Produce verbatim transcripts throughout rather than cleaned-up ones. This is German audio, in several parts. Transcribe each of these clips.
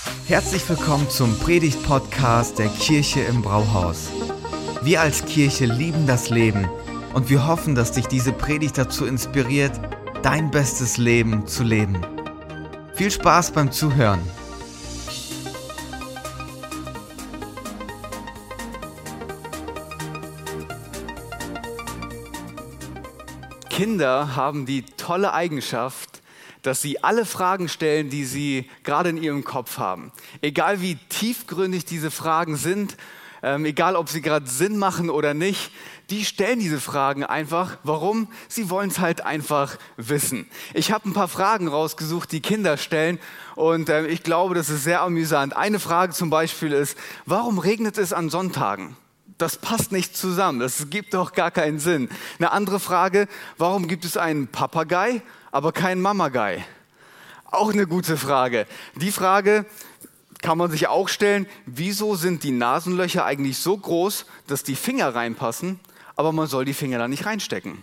Herzlich willkommen zum Predigt-Podcast der Kirche im Brauhaus. Wir als Kirche lieben das Leben und wir hoffen, dass dich diese Predigt dazu inspiriert, dein bestes Leben zu leben. Viel Spaß beim Zuhören. Kinder haben die tolle Eigenschaft, dass sie alle Fragen stellen, die sie gerade in ihrem Kopf haben. Egal wie tiefgründig diese Fragen sind, ähm, egal ob sie gerade Sinn machen oder nicht, die stellen diese Fragen einfach. Warum? Sie wollen es halt einfach wissen. Ich habe ein paar Fragen rausgesucht, die Kinder stellen und äh, ich glaube, das ist sehr amüsant. Eine Frage zum Beispiel ist, warum regnet es an Sonntagen? Das passt nicht zusammen, das gibt doch gar keinen Sinn. Eine andere Frage, warum gibt es einen Papagei, aber keinen Mamagei? Auch eine gute Frage. Die Frage kann man sich auch stellen, wieso sind die Nasenlöcher eigentlich so groß, dass die Finger reinpassen, aber man soll die Finger da nicht reinstecken?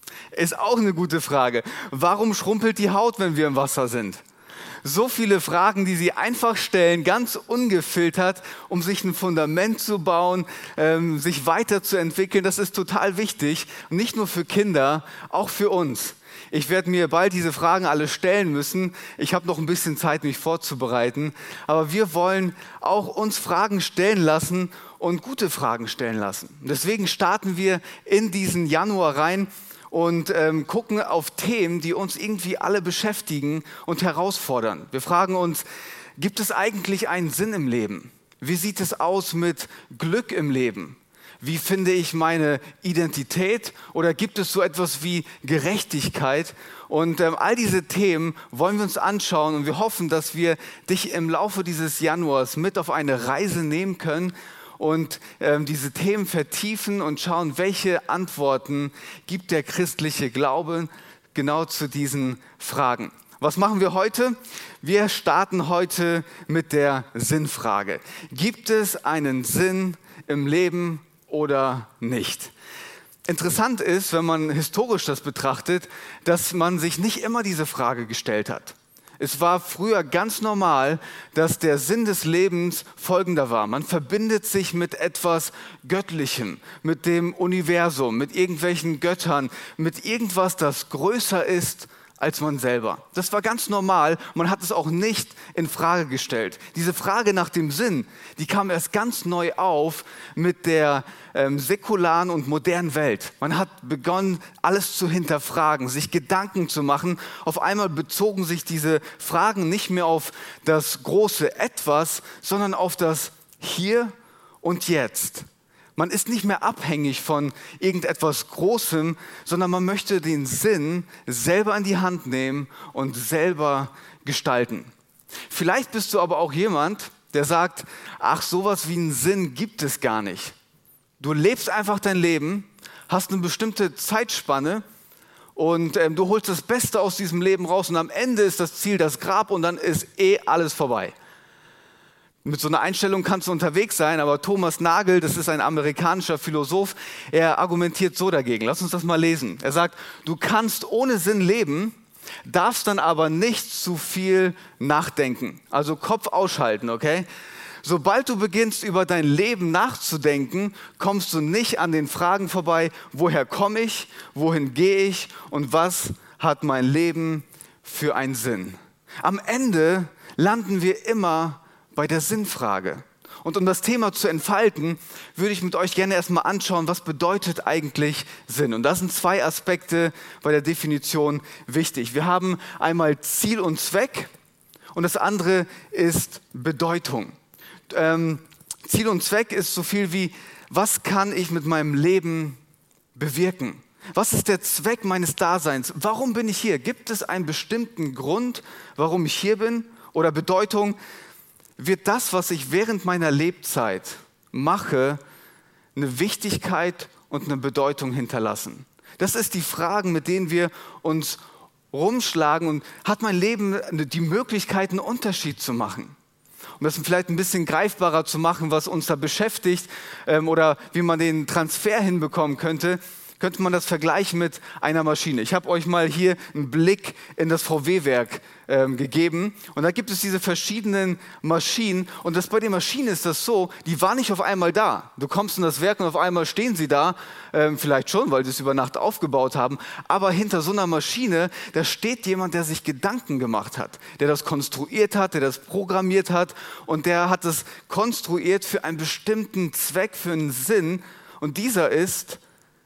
Ist auch eine gute Frage. Warum schrumpelt die Haut, wenn wir im Wasser sind? So viele Fragen, die sie einfach stellen, ganz ungefiltert, um sich ein Fundament zu bauen, ähm, sich weiterzuentwickeln. Das ist total wichtig, nicht nur für Kinder, auch für uns. Ich werde mir bald diese Fragen alle stellen müssen. Ich habe noch ein bisschen Zeit, mich vorzubereiten. Aber wir wollen auch uns Fragen stellen lassen und gute Fragen stellen lassen. Deswegen starten wir in diesen Januar rein und ähm, gucken auf Themen, die uns irgendwie alle beschäftigen und herausfordern. Wir fragen uns, gibt es eigentlich einen Sinn im Leben? Wie sieht es aus mit Glück im Leben? Wie finde ich meine Identität? Oder gibt es so etwas wie Gerechtigkeit? Und ähm, all diese Themen wollen wir uns anschauen und wir hoffen, dass wir dich im Laufe dieses Januars mit auf eine Reise nehmen können und ähm, diese Themen vertiefen und schauen, welche Antworten gibt der christliche Glaube genau zu diesen Fragen. Was machen wir heute? Wir starten heute mit der Sinnfrage. Gibt es einen Sinn im Leben oder nicht? Interessant ist, wenn man historisch das betrachtet, dass man sich nicht immer diese Frage gestellt hat. Es war früher ganz normal, dass der Sinn des Lebens folgender war. Man verbindet sich mit etwas Göttlichem, mit dem Universum, mit irgendwelchen Göttern, mit irgendwas, das größer ist als man selber. Das war ganz normal. Man hat es auch nicht in Frage gestellt. Diese Frage nach dem Sinn, die kam erst ganz neu auf mit der ähm, säkularen und modernen Welt. Man hat begonnen, alles zu hinterfragen, sich Gedanken zu machen. Auf einmal bezogen sich diese Fragen nicht mehr auf das große Etwas, sondern auf das Hier und Jetzt. Man ist nicht mehr abhängig von irgendetwas Großem, sondern man möchte den Sinn selber in die Hand nehmen und selber gestalten. Vielleicht bist du aber auch jemand, der sagt, ach, sowas wie einen Sinn gibt es gar nicht. Du lebst einfach dein Leben, hast eine bestimmte Zeitspanne und ähm, du holst das Beste aus diesem Leben raus und am Ende ist das Ziel das Grab und dann ist eh alles vorbei. Mit so einer Einstellung kannst du unterwegs sein, aber Thomas Nagel, das ist ein amerikanischer Philosoph, er argumentiert so dagegen. Lass uns das mal lesen. Er sagt, du kannst ohne Sinn leben, darfst dann aber nicht zu viel nachdenken. Also Kopf ausschalten, okay? Sobald du beginnst, über dein Leben nachzudenken, kommst du nicht an den Fragen vorbei, woher komme ich, wohin gehe ich und was hat mein Leben für einen Sinn? Am Ende landen wir immer bei der Sinnfrage. Und um das Thema zu entfalten, würde ich mit euch gerne erstmal anschauen, was bedeutet eigentlich Sinn? Und da sind zwei Aspekte bei der Definition wichtig. Wir haben einmal Ziel und Zweck und das andere ist Bedeutung. Ähm, Ziel und Zweck ist so viel wie, was kann ich mit meinem Leben bewirken? Was ist der Zweck meines Daseins? Warum bin ich hier? Gibt es einen bestimmten Grund, warum ich hier bin? Oder Bedeutung? Wird das, was ich während meiner Lebzeit mache, eine Wichtigkeit und eine Bedeutung hinterlassen? Das ist die Fragen, mit denen wir uns rumschlagen und hat mein Leben die Möglichkeit, einen Unterschied zu machen? Um das vielleicht ein bisschen greifbarer zu machen, was uns da beschäftigt ähm, oder wie man den Transfer hinbekommen könnte. könnte man das vergleichen mit einer Maschine. Ich habe euch mal hier einen Blick in das V W-Werk ähm, gegeben und da gibt es diese verschiedenen Maschinen und das, bei den Maschinen ist das so, die waren nicht auf einmal da. Du kommst in das Werk und auf einmal stehen sie da, ähm, vielleicht schon, weil sie es über Nacht aufgebaut haben, aber hinter so einer Maschine, da steht jemand, der sich Gedanken gemacht hat, der das konstruiert hat, der das programmiert hat und der hat es konstruiert für einen bestimmten Zweck, für einen Sinn und dieser ist,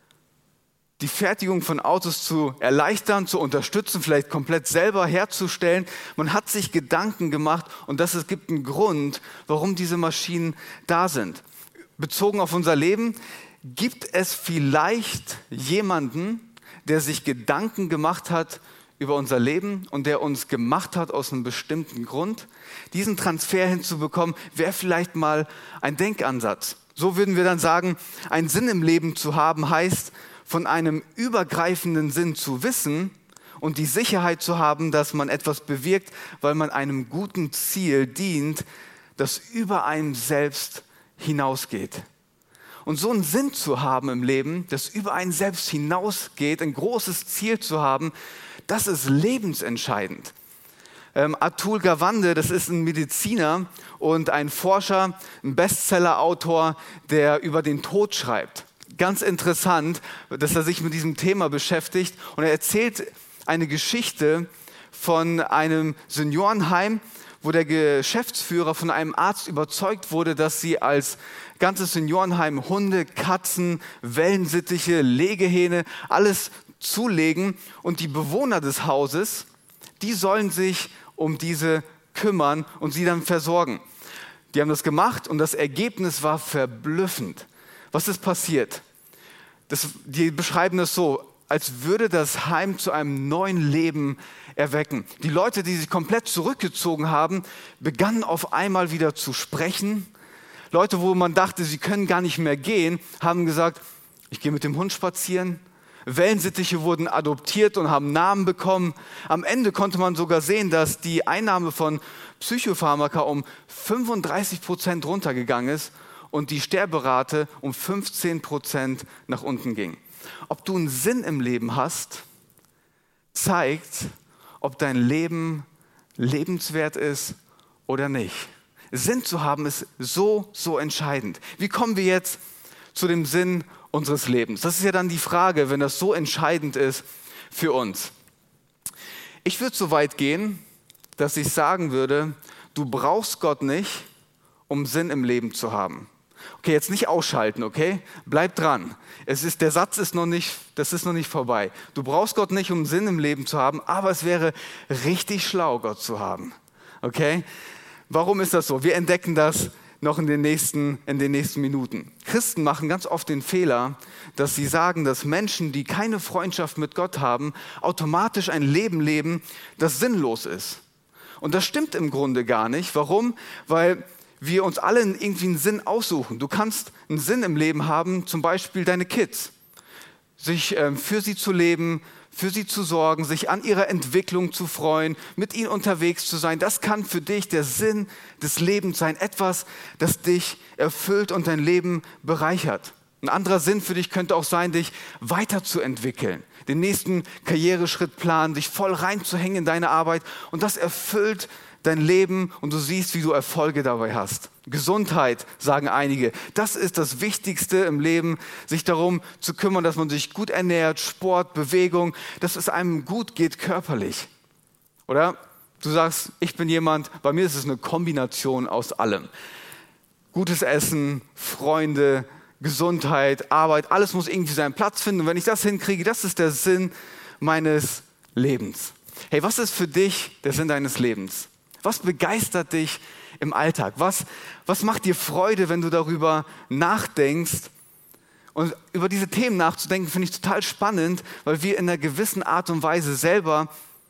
die Fertigung von Autos zu erleichtern, zu unterstützen, vielleicht komplett selber herzustellen. Man hat sich Gedanken gemacht und das, es gibt einen Grund, warum diese Maschinen da sind. Bezogen auf unser Leben, gibt es vielleicht jemanden, der sich Gedanken gemacht hat über unser Leben und der uns gemacht hat aus einem bestimmten Grund? Diesen Transfer hinzubekommen, wäre vielleicht mal ein Denkansatz. So würden wir dann sagen, einen Sinn im Leben zu haben, heißt, von einem übergreifenden Sinn zu wissen und die Sicherheit zu haben, dass man etwas bewirkt, weil man einem guten Ziel dient, das über einem selbst hinausgeht. Und so einen Sinn zu haben im Leben, das über einen selbst hinausgeht, ein großes Ziel zu haben, das ist lebensentscheidend. Ähm, Atul Gawande, das ist ein Mediziner und ein Forscher, ein Bestseller-Autor, der über den Tod schreibt. Ganz interessant, dass er sich mit diesem Thema beschäftigt und er erzählt eine Geschichte von einem Seniorenheim, wo der Geschäftsführer von einem Arzt überzeugt wurde, dass sie als ganzes Seniorenheim Hunde, Katzen, Wellensittiche, Legehähne, alles zulegen und die Bewohner des Hauses, die sollen sich um diese kümmern und sie dann versorgen. Die haben das gemacht und das Ergebnis war verblüffend. Was ist passiert? Das, die beschreiben es so, als würde das Heim zu einem neuen Leben erwecken. Die Leute, die sich komplett zurückgezogen haben, begannen auf einmal wieder zu sprechen. Leute, wo man dachte, sie können gar nicht mehr gehen, haben gesagt, ich gehe mit dem Hund spazieren. Wellensittiche wurden adoptiert und haben Namen bekommen. Am Ende konnte man sogar sehen, dass die Einnahme von Psychopharmaka um fünfunddreißig Prozent runtergegangen ist und die Sterberate um fünfzehn Prozent nach unten ging. Ob du einen Sinn im Leben hast, zeigt, ob dein Leben lebenswert ist oder nicht. Sinn zu haben ist so, so entscheidend. Wie kommen wir jetzt zu dem Sinn unseres Lebens? Das ist ja dann die Frage, wenn das so entscheidend ist für uns. Ich würde so weit gehen, dass ich sagen würde, du brauchst Gott nicht, um Sinn im Leben zu haben. Okay, jetzt nicht ausschalten, okay? Bleib dran. Es ist, der Satz ist noch nicht, das ist noch nicht vorbei. Du brauchst Gott nicht, um Sinn im Leben zu haben, aber es wäre richtig schlau, Gott zu haben. Okay? Warum ist das so? Wir entdecken das noch in den nächsten, in den nächsten Minuten. Christen machen ganz oft den Fehler, dass sie sagen, dass Menschen, die keine Freundschaft mit Gott haben, automatisch ein Leben leben, das sinnlos ist. Und das stimmt im Grunde gar nicht. Warum? Weil wir uns alle irgendwie einen Sinn aussuchen. Du kannst einen Sinn im Leben haben, zum Beispiel deine Kids. Sich ähm, für sie zu leben, für sie zu sorgen, sich an ihrer Entwicklung zu freuen, mit ihnen unterwegs zu sein. Das kann für dich der Sinn des Lebens sein. Etwas, das dich erfüllt und dein Leben bereichert. Ein anderer Sinn für dich könnte auch sein, dich weiterzuentwickeln, den nächsten Karriereschritt planen, dich voll reinzuhängen in deine Arbeit. Und das erfüllt dein Leben und du siehst, wie du Erfolge dabei hast. Gesundheit, sagen einige. Das ist das Wichtigste im Leben, sich darum zu kümmern, dass man sich gut ernährt, Sport, Bewegung, dass es einem gut geht körperlich. Oder du sagst, ich bin jemand, bei mir ist es eine Kombination aus allem. Gutes Essen, Freunde, Gesundheit, Arbeit, alles muss irgendwie seinen Platz finden. Und wenn ich das hinkriege, das ist der Sinn meines Lebens. Hey, was ist für dich der Sinn deines Lebens? Was begeistert dich im Alltag? Was, was macht dir Freude, wenn du darüber nachdenkst? Und über diese Themen nachzudenken, finde ich total spannend, weil wir in einer gewissen Art und Weise selber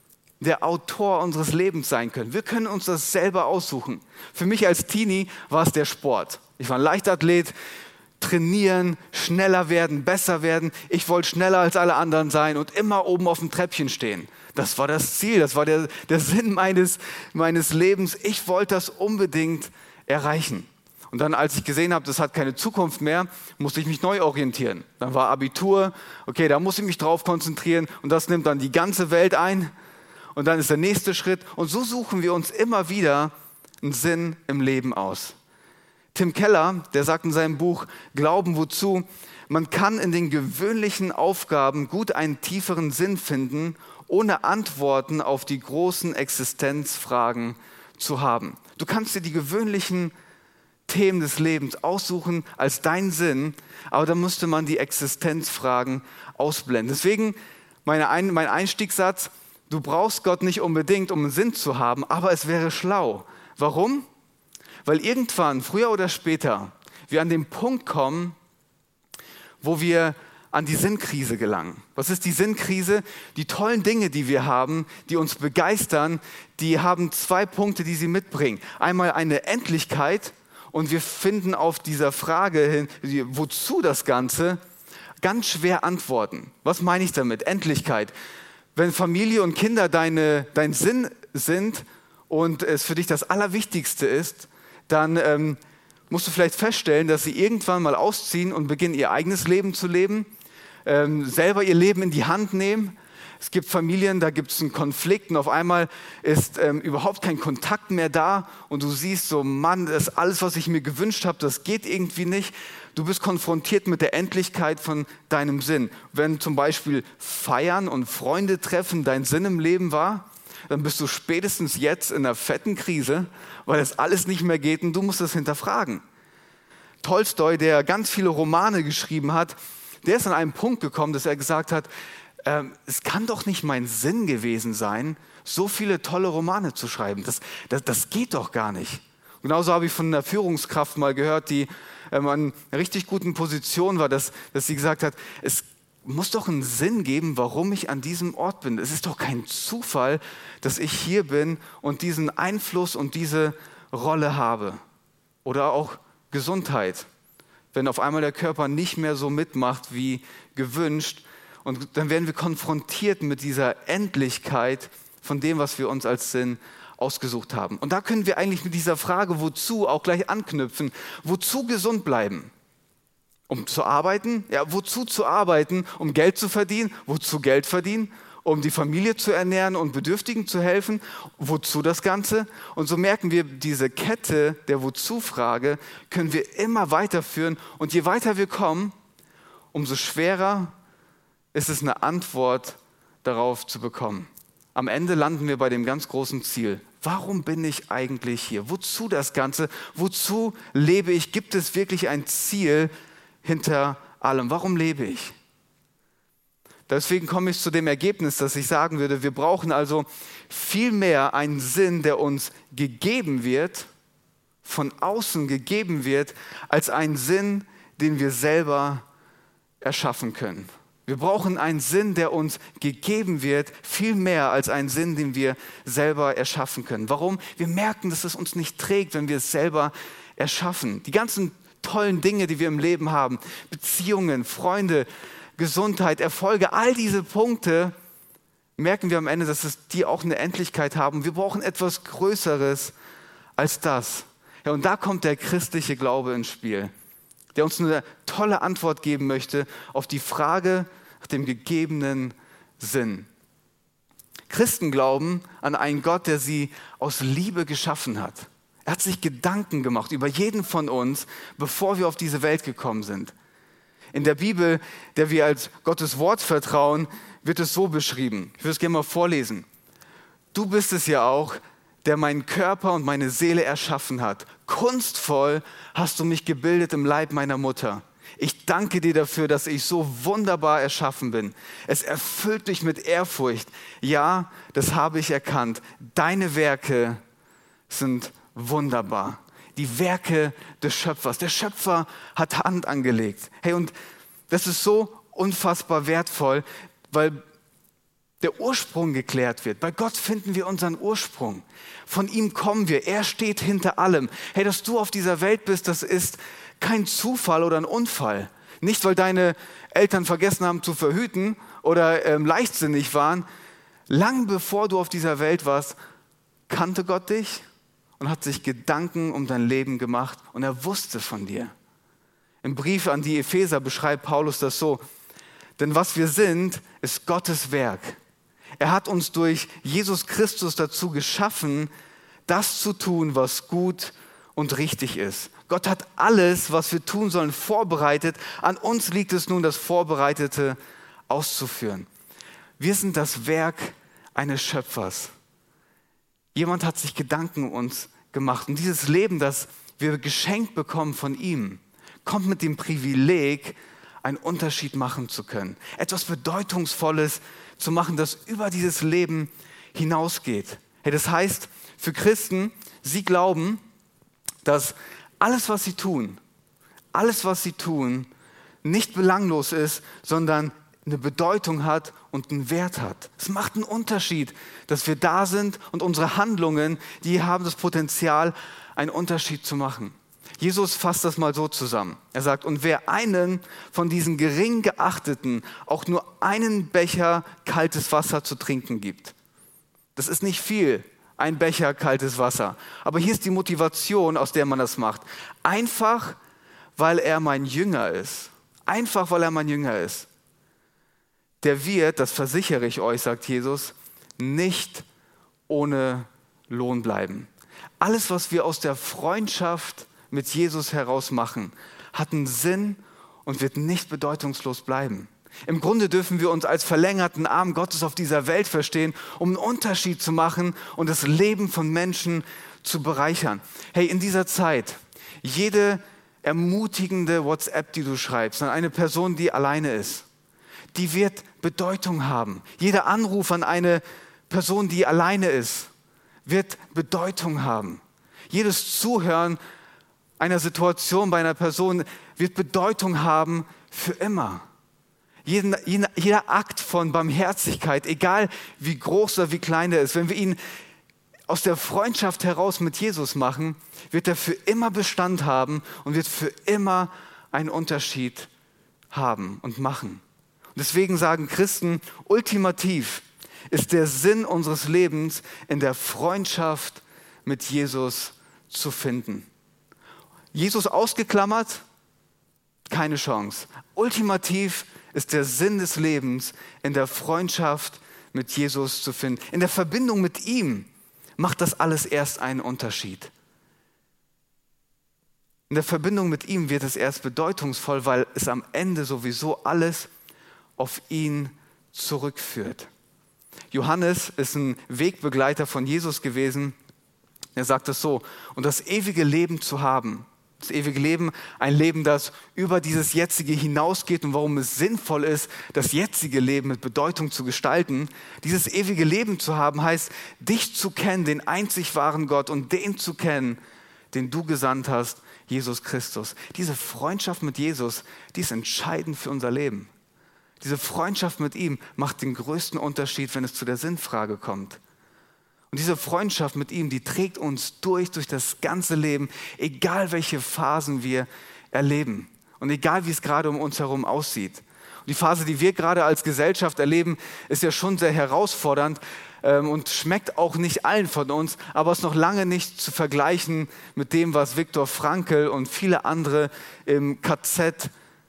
der Autor unseres Lebens sein können. Wir können uns das selber aussuchen. Für mich als Teenie war es der Sport. Ich war ein Leichtathlet, trainieren, schneller werden, besser werden. Ich wollte schneller als alle anderen sein und immer oben auf dem Treppchen stehen. Das war das Ziel, das war der, der Sinn meines, meines Lebens. Ich wollte das unbedingt erreichen. Und dann, als ich gesehen habe, das hat keine Zukunft mehr, musste ich mich neu orientieren. Dann war Abitur, okay, da muss ich mich drauf konzentrieren und das nimmt dann die ganze Welt ein. Und dann ist der nächste Schritt. Und so suchen wir uns immer wieder einen Sinn im Leben aus. Tim Keller, der sagt in seinem Buch Glauben wozu, man kann in den gewöhnlichen Aufgaben gut einen tieferen Sinn finden, ohne Antworten auf die großen Existenzfragen zu haben. Du kannst dir die gewöhnlichen Themen des Lebens aussuchen als deinen Sinn, aber da müsste man die Existenzfragen ausblenden. Deswegen meine Ein- mein Einstiegssatz, du brauchst Gott nicht unbedingt, um einen Sinn zu haben, aber es wäre schlau. Warum? Weil irgendwann, früher oder später, wir an den Punkt kommen, wo wir an die Sinnkrise gelangen. Was ist die Sinnkrise? Die tollen Dinge, die wir haben, die uns begeistern, die haben zwei Punkte, die sie mitbringen. Einmal eine Endlichkeit und wir finden auf dieser Frage hin, wozu das Ganze, ganz schwer Antworten. Was meine ich damit? Endlichkeit. Wenn Familie und Kinder deine, dein Sinn sind und es für dich das Allerwichtigste ist, dann ähm, musst du vielleicht feststellen, dass sie irgendwann mal ausziehen und beginnen, ihr eigenes Leben zu leben, ähm, selber ihr Leben in die Hand nehmen. Es gibt Familien, da gibt es einen Konflikt und auf einmal ist ähm, überhaupt kein Kontakt mehr da und du siehst so, Mann, das ist alles, was ich mir gewünscht habe, das geht irgendwie nicht. Du bist konfrontiert mit der Endlichkeit von deinem Sinn. Wenn zum Beispiel Feiern und Freunde treffen dein Sinn im Leben war, dann bist du spätestens jetzt in einer fetten Krise, weil das alles nicht mehr geht und du musst das hinterfragen. Tolstoi, der ganz viele Romane geschrieben hat, der ist an einen Punkt gekommen, dass er gesagt hat, äh, es kann doch nicht mein Sinn gewesen sein, so viele tolle Romane zu schreiben. Das, das, das geht doch gar nicht. Genauso habe ich von einer Führungskraft mal gehört, die ähm, an einer richtig guten Position war, dass, dass sie gesagt hat, es muss doch einen Sinn geben, warum ich an diesem Ort bin. Es ist doch kein Zufall, dass ich hier bin und diesen Einfluss und diese Rolle habe. Oder auch Gesundheit. Wenn auf einmal der Körper nicht mehr so mitmacht wie gewünscht. Und dann werden wir konfrontiert mit dieser Endlichkeit von dem, was wir uns als Sinn ausgesucht haben. Und da können wir eigentlich mit dieser Frage, wozu, auch gleich anknüpfen. Wozu gesund bleiben? Um zu arbeiten? Ja, wozu zu arbeiten? Um Geld zu verdienen? Wozu Geld verdienen? Um die Familie zu ernähren und Bedürftigen zu helfen? Wozu das Ganze? Und so merken wir, diese Kette der Wozu-Frage können wir immer weiterführen. Und je weiter wir kommen, umso schwerer ist es, eine Antwort darauf zu bekommen. Am Ende landen wir bei dem ganz großen Ziel. Warum bin ich eigentlich hier? Wozu das Ganze? Wozu lebe ich? Gibt es wirklich ein Ziel hinter allem? Warum lebe ich? Deswegen komme ich zu dem Ergebnis, dass ich sagen würde, wir brauchen also viel mehr einen Sinn, der uns gegeben wird, von außen gegeben wird, als einen Sinn, den wir selber erschaffen können. Wir brauchen einen Sinn, der uns gegeben wird, viel mehr als einen Sinn, den wir selber erschaffen können. Warum? Wir merken, dass es uns nicht trägt, wenn wir es selber erschaffen. Die ganzen tollen Dinge, die wir im Leben haben, Beziehungen, Freunde, Gesundheit, Erfolge, all diese Punkte, merken wir am Ende, dass es die auch eine Endlichkeit haben. Wir brauchen etwas Größeres als das. Ja, und da kommt der christliche Glaube ins Spiel, der uns eine tolle Antwort geben möchte auf die Frage nach dem gegebenen Sinn. Christen glauben an einen Gott, der sie aus Liebe geschaffen hat. Er hat sich Gedanken gemacht über jeden von uns, bevor wir auf diese Welt gekommen sind. In der Bibel, der wir als Gottes Wort vertrauen, wird es so beschrieben. Ich würde es gerne mal vorlesen. Du bist es ja auch, der meinen Körper und meine Seele erschaffen hat. Kunstvoll hast du mich gebildet im Leib meiner Mutter. Ich danke dir dafür, dass ich so wunderbar erschaffen bin. Es erfüllt mich mit Ehrfurcht. Ja, das habe ich erkannt. Deine Werke sind wunderbar. Die Werke des Schöpfers. Der Schöpfer hat Hand angelegt. Hey, und das ist so unfassbar wertvoll, weil der Ursprung geklärt wird. Bei Gott finden wir unseren Ursprung. Von ihm kommen wir. Er steht hinter allem. Hey, dass du auf dieser Welt bist, das ist kein Zufall oder ein Unfall. Nicht, weil deine Eltern vergessen haben zu verhüten oder ähm, leichtsinnig waren. Lang bevor du auf dieser Welt warst, kannte Gott dich und hat sich Gedanken um dein Leben gemacht und er wusste von dir. Im Brief an die Epheser beschreibt Paulus das so: Denn was wir sind, ist Gottes Werk. Er hat uns durch Jesus Christus dazu geschaffen, das zu tun, was gut und richtig ist. Gott hat alles, was wir tun sollen, vorbereitet. An uns liegt es nun, das Vorbereitete auszuführen. Wir sind das Werk eines Schöpfers. Jemand hat sich Gedanken um uns gemacht. Und dieses Leben, das wir geschenkt bekommen von ihm, kommt mit dem Privileg, einen Unterschied machen zu können. Etwas Bedeutungsvolles zu machen, das über dieses Leben hinausgeht. Hey, das heißt, für Christen, sie glauben, dass alles, was sie tun, alles, was sie tun, nicht belanglos ist, sondern eine Bedeutung hat und einen Wert hat. Es macht einen Unterschied, dass wir da sind und unsere Handlungen, die haben das Potenzial, einen Unterschied zu machen. Jesus fasst das mal so zusammen. Er sagt, und wer einen von diesen gering geachteten auch nur einen Becher kaltes Wasser zu trinken gibt. Das ist nicht viel, ein Becher kaltes Wasser. Aber hier ist die Motivation, aus der man das macht. Einfach, weil er mein Jünger ist. Einfach, weil er mein Jünger ist. Der wird, das versichere ich euch, sagt Jesus, nicht ohne Lohn bleiben. Alles, was wir aus der Freundschaft mit Jesus heraus machen, hat einen Sinn und wird nicht bedeutungslos bleiben. Im Grunde dürfen wir uns als verlängerten Arm Gottes auf dieser Welt verstehen, um einen Unterschied zu machen und das Leben von Menschen zu bereichern. Hey, in dieser Zeit, jede ermutigende WhatsApp, die du schreibst, an eine Person, die alleine ist, die wird Bedeutung haben. Jeder Anruf an eine Person, die alleine ist, wird Bedeutung haben. Jedes Zuhören einer Situation bei einer Person wird Bedeutung haben für immer. Jeden, jeder Akt von Barmherzigkeit, egal wie groß oder wie klein er ist, wenn wir ihn aus der Freundschaft heraus mit Jesus machen, wird er für immer Bestand haben und wird für immer einen Unterschied haben und machen. Und deswegen sagen Christen, ultimativ ist der Sinn unseres Lebens in der Freundschaft mit Jesus zu finden. Jesus ausgeklammert, keine Chance. Ultimativ ist der Sinn des Lebens in der Freundschaft mit Jesus zu finden. In der Verbindung mit ihm macht das alles erst einen Unterschied. In der Verbindung mit ihm wird es erst bedeutungsvoll, weil es am Ende sowieso alles auf ihn zurückführt. Johannes ist ein Wegbegleiter von Jesus gewesen. Er sagt es so: Und das ewige Leben zu haben, das ewige Leben, ein Leben, das über dieses jetzige hinausgeht und warum es sinnvoll ist, das jetzige Leben mit Bedeutung zu gestalten. Dieses ewige Leben zu haben, heißt, dich zu kennen, den einzig wahren Gott, und den zu kennen, den du gesandt hast, Jesus Christus. Diese Freundschaft mit Jesus, die ist entscheidend für unser Leben. Diese Freundschaft mit ihm macht den größten Unterschied, wenn es zu der Sinnfrage kommt. Und diese Freundschaft mit ihm, die trägt uns durch, durch das ganze Leben, egal welche Phasen wir erleben und egal wie es gerade um uns herum aussieht. Und die Phase, die wir gerade als Gesellschaft erleben, ist ja schon sehr herausfordernd ähm, und schmeckt auch nicht allen von uns, aber ist noch lange nicht zu vergleichen mit dem, was Viktor Frankl und viele andere im K Z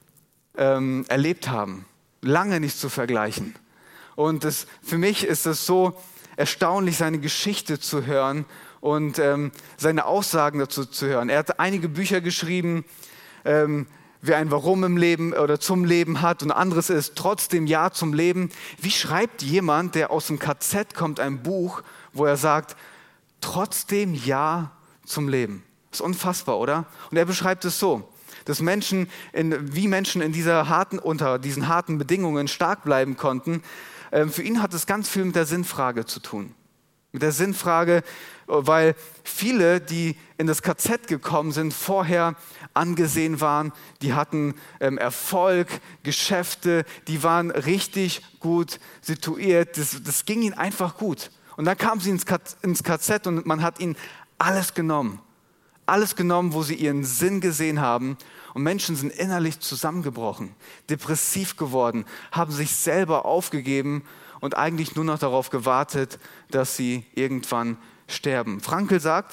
ähm, erlebt haben. Lange nicht zu vergleichen. Und das, für mich ist es so erstaunlich, seine Geschichte zu hören und ähm, seine Aussagen dazu zu hören. Er hat einige Bücher geschrieben, ähm, wer ein Warum im Leben oder zum Leben hat, und anderes ist trotzdem Ja zum Leben. Wie schreibt jemand, der aus dem K Z kommt, ein Buch, wo er sagt, trotzdem Ja zum Leben? Das ist unfassbar, oder? Und er beschreibt es so: dass Menschen, in, wie Menschen in dieser harten, unter diesen harten Bedingungen stark bleiben konnten. Ähm, für ihn hat es ganz viel mit der Sinnfrage zu tun. Mit der Sinnfrage, weil viele, die in das K Z gekommen sind, vorher angesehen waren, die hatten ähm, Erfolg, Geschäfte, die waren richtig gut situiert, das, das ging ihnen einfach gut. Und dann kamen sie ins K Z, ins K Z und man hat ihnen alles genommen. Alles genommen, wo sie ihren Sinn gesehen haben. Und Menschen sind innerlich zusammengebrochen, depressiv geworden, haben sich selber aufgegeben und eigentlich nur noch darauf gewartet, dass sie irgendwann sterben. Frankl sagt,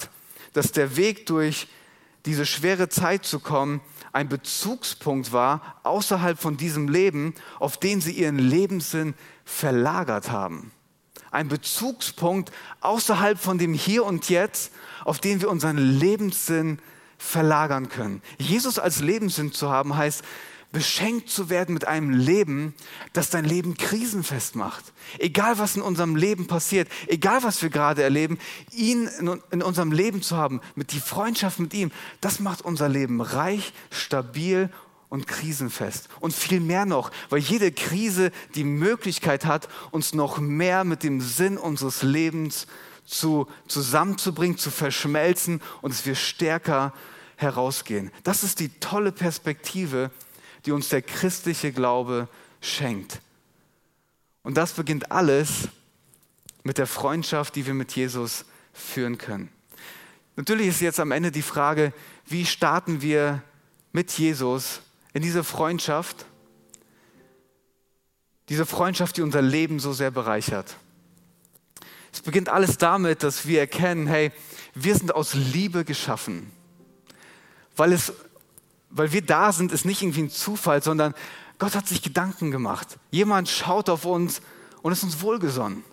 dass der Weg durch diese schwere Zeit zu kommen ein Bezugspunkt war außerhalb von diesem Leben, auf den sie ihren Lebenssinn verlagert haben. Ein Bezugspunkt außerhalb von dem Hier und Jetzt, auf den wir unseren Lebenssinn verlagern können. Jesus als Lebenssinn zu haben, heißt, beschenkt zu werden mit einem Leben, das dein Leben krisenfest macht. Egal, was in unserem Leben passiert, egal, was wir gerade erleben, ihn in, in unserem Leben zu haben, mit die Freundschaft mit ihm, das macht unser Leben reich, stabil und krisenfest. Und viel mehr noch, weil jede Krise die Möglichkeit hat, uns noch mehr mit dem Sinn unseres Lebens zu, zusammenzubringen, zu verschmelzen und dass wir stärker herausgehen. Das ist die tolle Perspektive, die uns der christliche Glaube schenkt. Und das beginnt alles mit der Freundschaft, die wir mit Jesus führen können. Natürlich ist jetzt am Ende die Frage, wie starten wir mit Jesus in diese Freundschaft, diese Freundschaft, die unser Leben so sehr bereichert. Es beginnt alles damit, dass wir erkennen, hey, wir sind aus Liebe geschaffen. Weil es Weil wir da sind, ist nicht irgendwie ein Zufall, sondern Gott hat sich Gedanken gemacht. Jemand schaut auf uns und ist uns wohlgesonnen.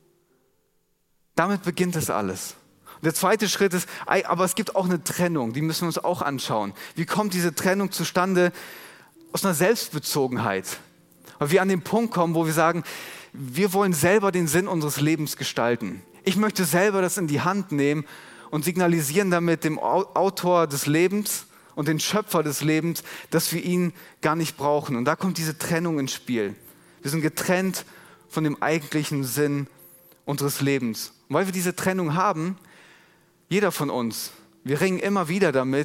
Damit beginnt es alles. Und der zweite Schritt ist, aber es gibt auch eine Trennung, die müssen wir uns auch anschauen. Wie kommt diese Trennung zustande? Aus einer Selbstbezogenheit. Weil wir an den Punkt kommen, wo wir sagen, wir wollen selber den Sinn unseres Lebens gestalten. Ich möchte selber das in die Hand nehmen und signalisieren damit dem Autor des Lebens und den Schöpfer des Lebens, dass wir ihn gar nicht brauchen. Und da kommt diese Trennung ins Spiel. Wir sind getrennt von dem eigentlichen Sinn unseres Lebens. Und weil wir diese Trennung haben, jeder von uns, wir ringen immer wieder damit,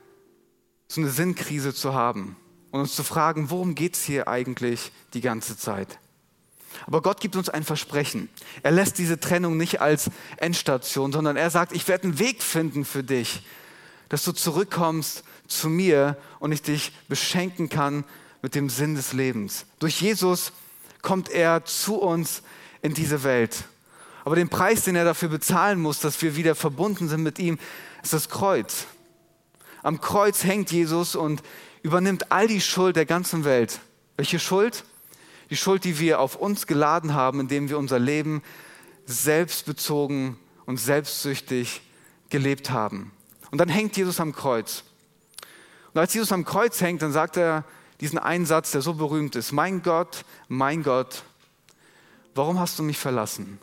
so eine Sinnkrise zu haben und uns zu fragen, worum geht es hier eigentlich die ganze Zeit? Aber Gott gibt uns ein Versprechen. Er lässt diese Trennung nicht als Endstation, sondern er sagt, ich werde einen Weg finden für dich, dass du zurückkommst zu mir und ich dich beschenken kann mit dem Sinn des Lebens. Durch Jesus kommt er zu uns in diese Welt. Aber den Preis, den er dafür bezahlen muss, dass wir wieder verbunden sind mit ihm, ist das Kreuz. Am Kreuz hängt Jesus und übernimmt all die Schuld der ganzen Welt. Welche Schuld? Die Schuld, die wir auf uns geladen haben, indem wir unser Leben selbstbezogen und selbstsüchtig gelebt haben. Und dann hängt Jesus am Kreuz. Und als Jesus am Kreuz hängt, dann sagt er diesen einen Satz, der so berühmt ist. Mein Gott, mein Gott, warum hast du mich verlassen?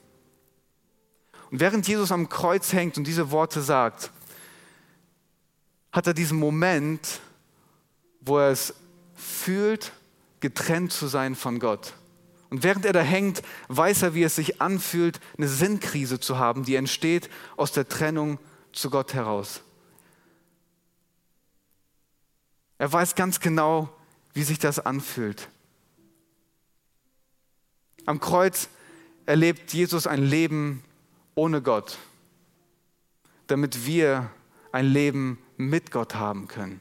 Und während Jesus am Kreuz hängt und diese Worte sagt, hat er diesen Moment, wo er es fühlt, getrennt zu sein von Gott. Und während er da hängt, weiß er, wie es sich anfühlt, eine Sinnkrise zu haben, die entsteht aus der Trennung zu Gott heraus. Er weiß ganz genau, wie sich das anfühlt. Am Kreuz erlebt Jesus ein Leben ohne Gott, damit wir ein Leben mit Gott haben können.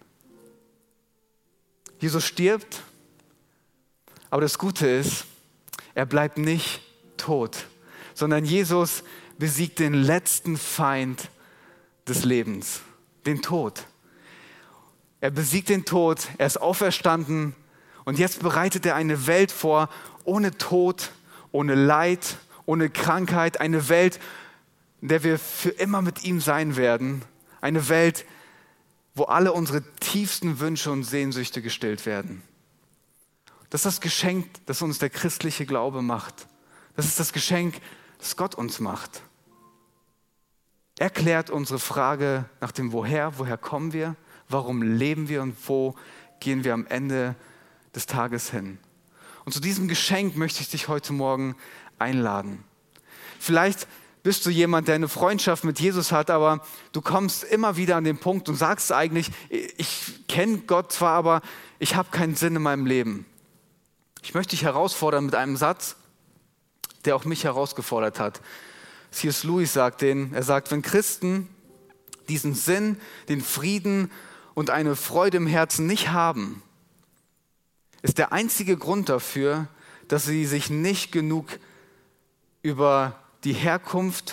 Jesus stirbt, aber das Gute ist, er bleibt nicht tot, sondern Jesus besiegt den letzten Feind des Lebens, den Tod. Er besiegt den Tod, er ist auferstanden und jetzt bereitet er eine Welt vor, ohne Tod, ohne Leid, ohne Krankheit, eine Welt, in der wir für immer mit ihm sein werden, eine Welt, wo alle unsere tiefsten Wünsche und Sehnsüchte gestillt werden. Das ist das Geschenk, das uns der christliche Glaube macht. Das ist das Geschenk, das Gott uns macht. Er klärt unsere Frage nach dem Woher, woher kommen wir, warum leben wir und wo gehen wir am Ende des Tages hin. Und zu diesem Geschenk möchte ich dich heute Morgen einladen. Vielleicht bist du jemand, der eine Freundschaft mit Jesus hat, aber du kommst immer wieder an den Punkt und sagst eigentlich, ich kenne Gott zwar, aber ich habe keinen Sinn in meinem Leben. Ich möchte dich herausfordern mit einem Satz, der auch mich herausgefordert hat. C S Lewis sagt den, er sagt, wenn Christen diesen Sinn, den Frieden und eine Freude im Herzen nicht haben, ist der einzige Grund dafür, dass sie sich nicht genug über die Herkunft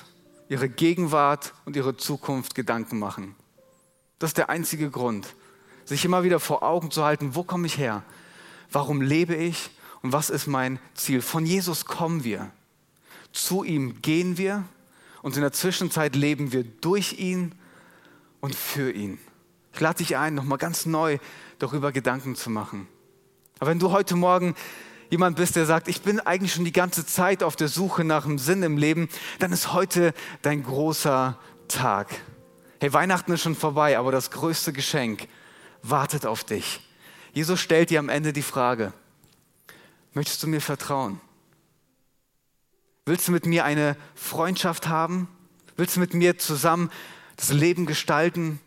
ihre Gegenwart und ihre Zukunft Gedanken machen. Das ist der einzige Grund, sich immer wieder vor Augen zu halten, wo komme ich her? Warum lebe ich? Und was ist mein Ziel? Von Jesus kommen wir. Zu ihm gehen wir und in der Zwischenzeit leben wir durch ihn und für ihn. Ich lade dich ein, nochmal ganz neu darüber Gedanken zu machen. Aber wenn du heute Morgen jemand bist, der sagt, ich bin eigentlich schon die ganze Zeit auf der Suche nach einem Sinn im Leben, dann ist heute dein großer Tag. Hey, Weihnachten ist schon vorbei, aber das größte Geschenk wartet auf dich. Jesus stellt dir am Ende die Frage, möchtest du mir vertrauen? Willst du mit mir eine Freundschaft haben? Willst du mit mir zusammen das Leben gestalten?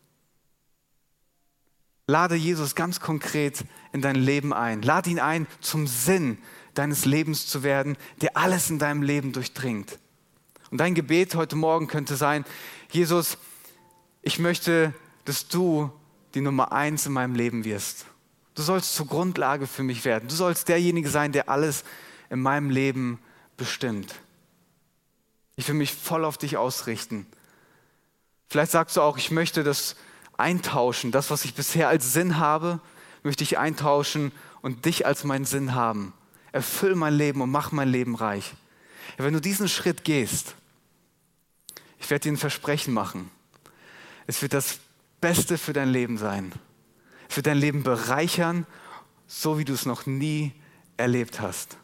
Lade Jesus ganz konkret in dein Leben ein. Lade ihn ein, zum Sinn deines Lebens zu werden, der alles in deinem Leben durchdringt. Und dein Gebet heute Morgen könnte sein, Jesus, ich möchte, dass du die Nummer eins in meinem Leben wirst. Du sollst zur Grundlage für mich werden. Du sollst derjenige sein, der alles in meinem Leben bestimmt. Ich will mich voll auf dich ausrichten. Vielleicht sagst du auch, ich möchte das eintauschen. Das, was ich bisher als Sinn habe, möchte ich eintauschen und dich als meinen Sinn haben. Erfüll mein Leben und mach mein Leben reich. Ja, wenn du diesen Schritt gehst, ich werde dir ein Versprechen machen. Es wird das Beste für dein Leben sein. Es wird dein Leben bereichern, so wie du es noch nie erlebt hast.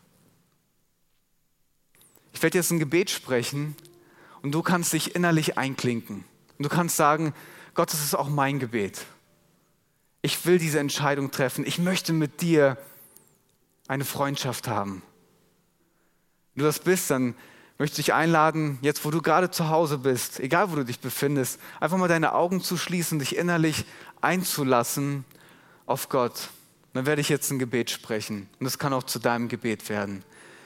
Ich werde jetzt ein Gebet sprechen und du kannst dich innerlich einklinken. Und du kannst sagen, Gott, das ist auch mein Gebet. Ich will diese Entscheidung treffen. Ich möchte mit dir eine Freundschaft haben. Wenn du das bist, dann möchte ich dich einladen, jetzt wo du gerade zu Hause bist, egal wo du dich befindest, einfach mal deine Augen zu schließen, dich innerlich einzulassen auf Gott. Dann werde ich jetzt ein Gebet sprechen und das kann auch zu deinem Gebet werden.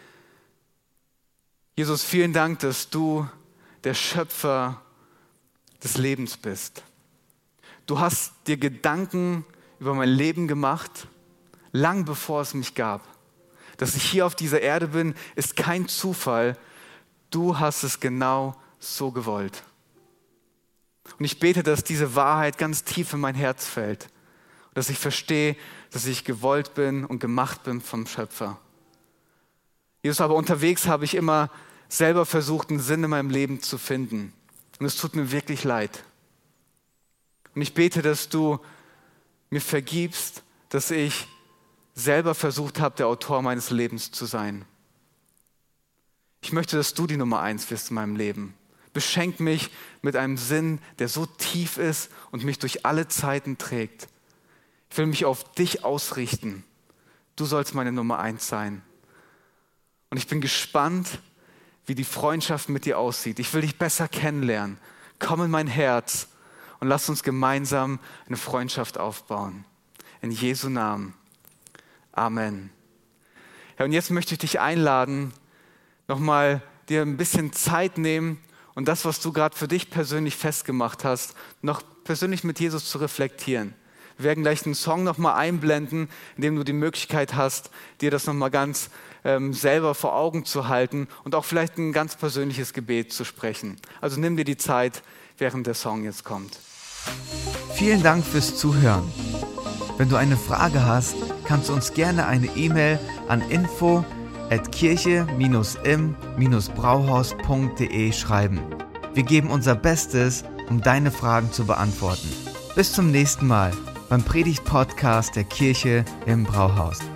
Jesus, vielen Dank, dass du der Schöpfer des Lebens bist. Du hast dir Gedanken über mein Leben gemacht, lang bevor es mich gab. Dass ich hier auf dieser Erde bin, ist kein Zufall. Du hast es genau so gewollt. Und ich bete, dass diese Wahrheit ganz tief in mein Herz fällt. Dass ich verstehe, dass ich gewollt bin und gemacht bin vom Schöpfer. Jesus, aber unterwegs habe ich immer selber versucht, einen Sinn in meinem Leben zu finden. Und es tut mir wirklich leid. Und ich bete, dass du mir vergibst, dass ich selber versucht habe, der Autor meines Lebens zu sein. Ich möchte, dass du die Nummer eins wirst in meinem Leben. Beschenk mich mit einem Sinn, der so tief ist und mich durch alle Zeiten trägt. Ich will mich auf dich ausrichten. Du sollst meine Nummer eins sein. Und ich bin gespannt, wie die Freundschaft mit dir aussieht. Ich will dich besser kennenlernen. Komm in mein Herz und lass uns gemeinsam eine Freundschaft aufbauen. In Jesu Namen. Amen. Ja, und jetzt möchte ich dich einladen, nochmal dir ein bisschen Zeit nehmen und das, was du gerade für dich persönlich festgemacht hast, noch persönlich mit Jesus zu reflektieren. Wir werden gleich einen Song nochmal einblenden, in dem du die Möglichkeit hast, dir das nochmal ganz ähm, selber vor Augen zu halten und auch vielleicht ein ganz persönliches Gebet zu sprechen. Also nimm dir die Zeit, während der Song jetzt kommt. Vielen Dank fürs Zuhören. Wenn du eine Frage hast, kannst du uns gerne eine E-Mail an info at kirche im brauhaus punkt de schreiben. Wir geben unser Bestes, um deine Fragen zu beantworten. Bis zum nächsten Mal beim Predigt-Podcast der Kirche im Brauhaus.